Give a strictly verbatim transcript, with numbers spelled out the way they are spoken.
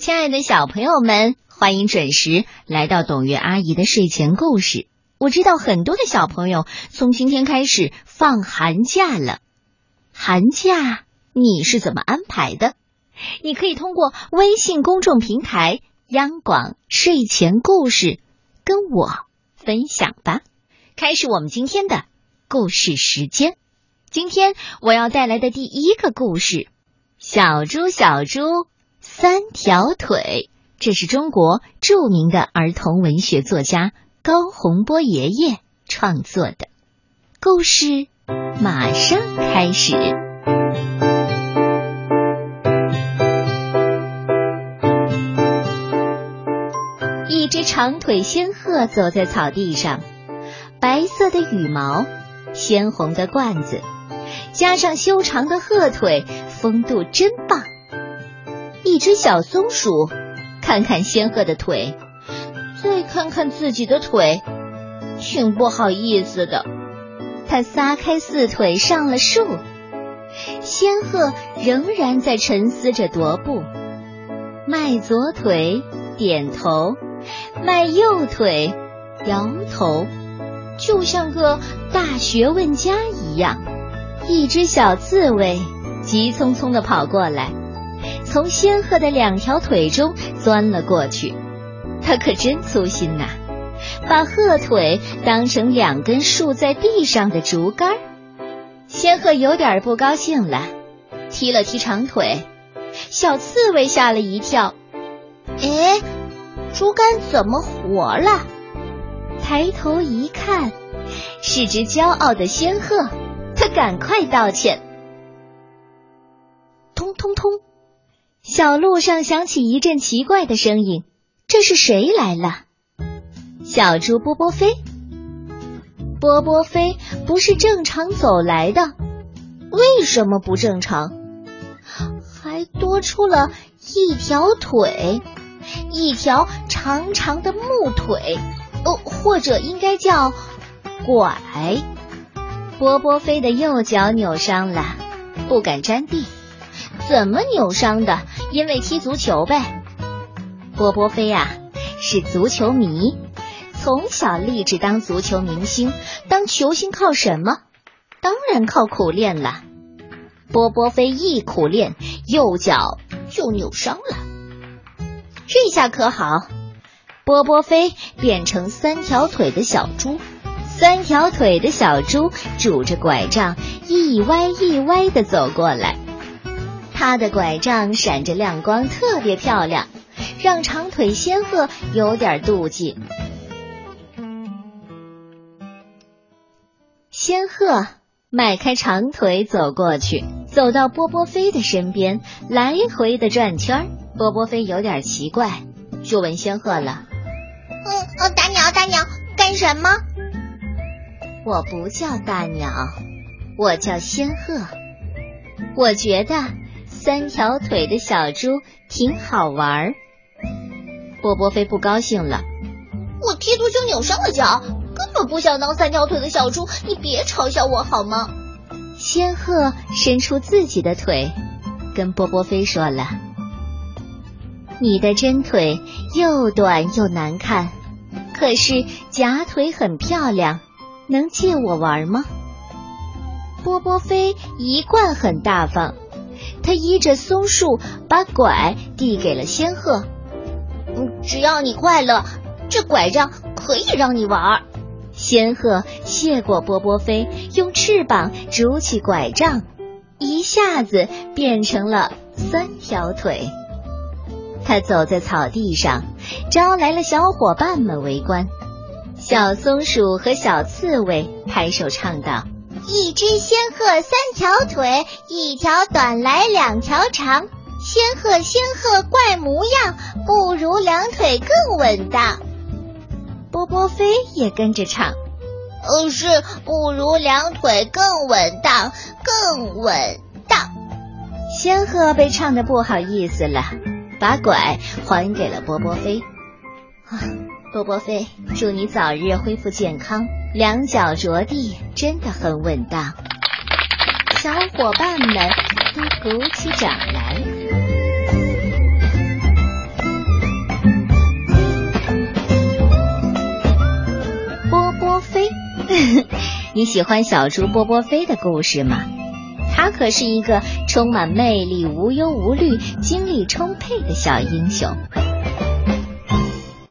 亲爱的小朋友们，欢迎准时来到董月阿姨的睡前故事。我知道很多的小朋友从今天开始放寒假了，寒假你是怎么安排的？你可以通过微信公众平台央广睡前故事跟我分享吧。开始我们今天的故事时间。今天我要带来的第一个故事，小猪小猪三条腿，这是中国著名的儿童文学作家高洪波爷爷创作的。故事马上开始。一只长腿仙鹤走在草地上，白色的羽毛，鲜红的冠子，加上修长的鹤腿，风度真棒。一只小松鼠看看仙鹤的腿，再看看自己的腿，挺不好意思的。它撒开四腿上了树，仙鹤仍然在沉思着踱步，迈左腿点头，迈右腿摇头，就像个大学问家一样。一只小刺猬急匆匆地跑过来，从仙鹤的两条腿中钻了过去。它可真粗心呐，把鹤腿当成两根竖在地上的竹竿。仙鹤有点不高兴了，踢了踢长腿。小刺猬吓了一跳，诶，竹竿怎么活了？抬头一看，是只骄傲的仙鹤，他赶快道歉。通通通，小路上响起一阵奇怪的声音，这是谁来了？小猪波波飞。波波飞不是正常走来的，为什么不正常？还多出了一条腿，一条长长的木腿，哦，或者应该叫拐。波波飞的右脚扭伤了，不敢沾地。怎么扭伤的？因为踢足球呗。波波飞啊，是足球迷，从小立志当足球明星。当球星靠什么？当然靠苦练了。波波飞一苦练，右脚就扭伤了。这下可好，波波飞变成三条腿的小猪。三条腿的小猪拄着拐杖，一歪一歪地走过来。他的拐杖闪着亮光，特别漂亮，让长腿仙鹤有点妒忌。仙鹤迈开长腿走过去，走到波波飞的身边，来回的转圈。波波飞有点奇怪，就问仙鹤了： 嗯，大鸟大鸟，干什么？ 我不叫大鸟，我叫仙鹤。我觉得三条腿的小猪挺好玩。波波飞不高兴了： 我踢足球扭伤了脚，根本不想当三条腿的小猪，你别嘲笑我好吗？ 仙鹤伸出自己的腿，跟波波飞说了：你的真腿又短又难看，可是假腿很漂亮，能借我玩吗？波波飞一贯很大方，他依着松树把拐递给了仙鹤。 嗯，只要你快乐，这拐杖可以让你玩。 仙鹤谢过波波飞，用翅膀拄起拐杖，一下子变成了三条腿。他走在草地上，招来了小伙伴们围观。小松鼠和小刺猬拍手唱道： 一只仙鹤三条腿，一条短来两条长，仙鹤仙鹤怪模样，不如两腿更稳当。 波波飞也跟着唱： 呃，是不如两腿更稳当，更稳当。 仙鹤被唱得不好意思了，把拐还给了波波飞。啊，波波飞，祝你早日恢复健康，两脚着地真的很稳当。小伙伴们都鼓起掌来。 你喜欢小猪波波飞的故事吗？他可是一个充满魅力、无忧无虑、精力充沛的小英雄。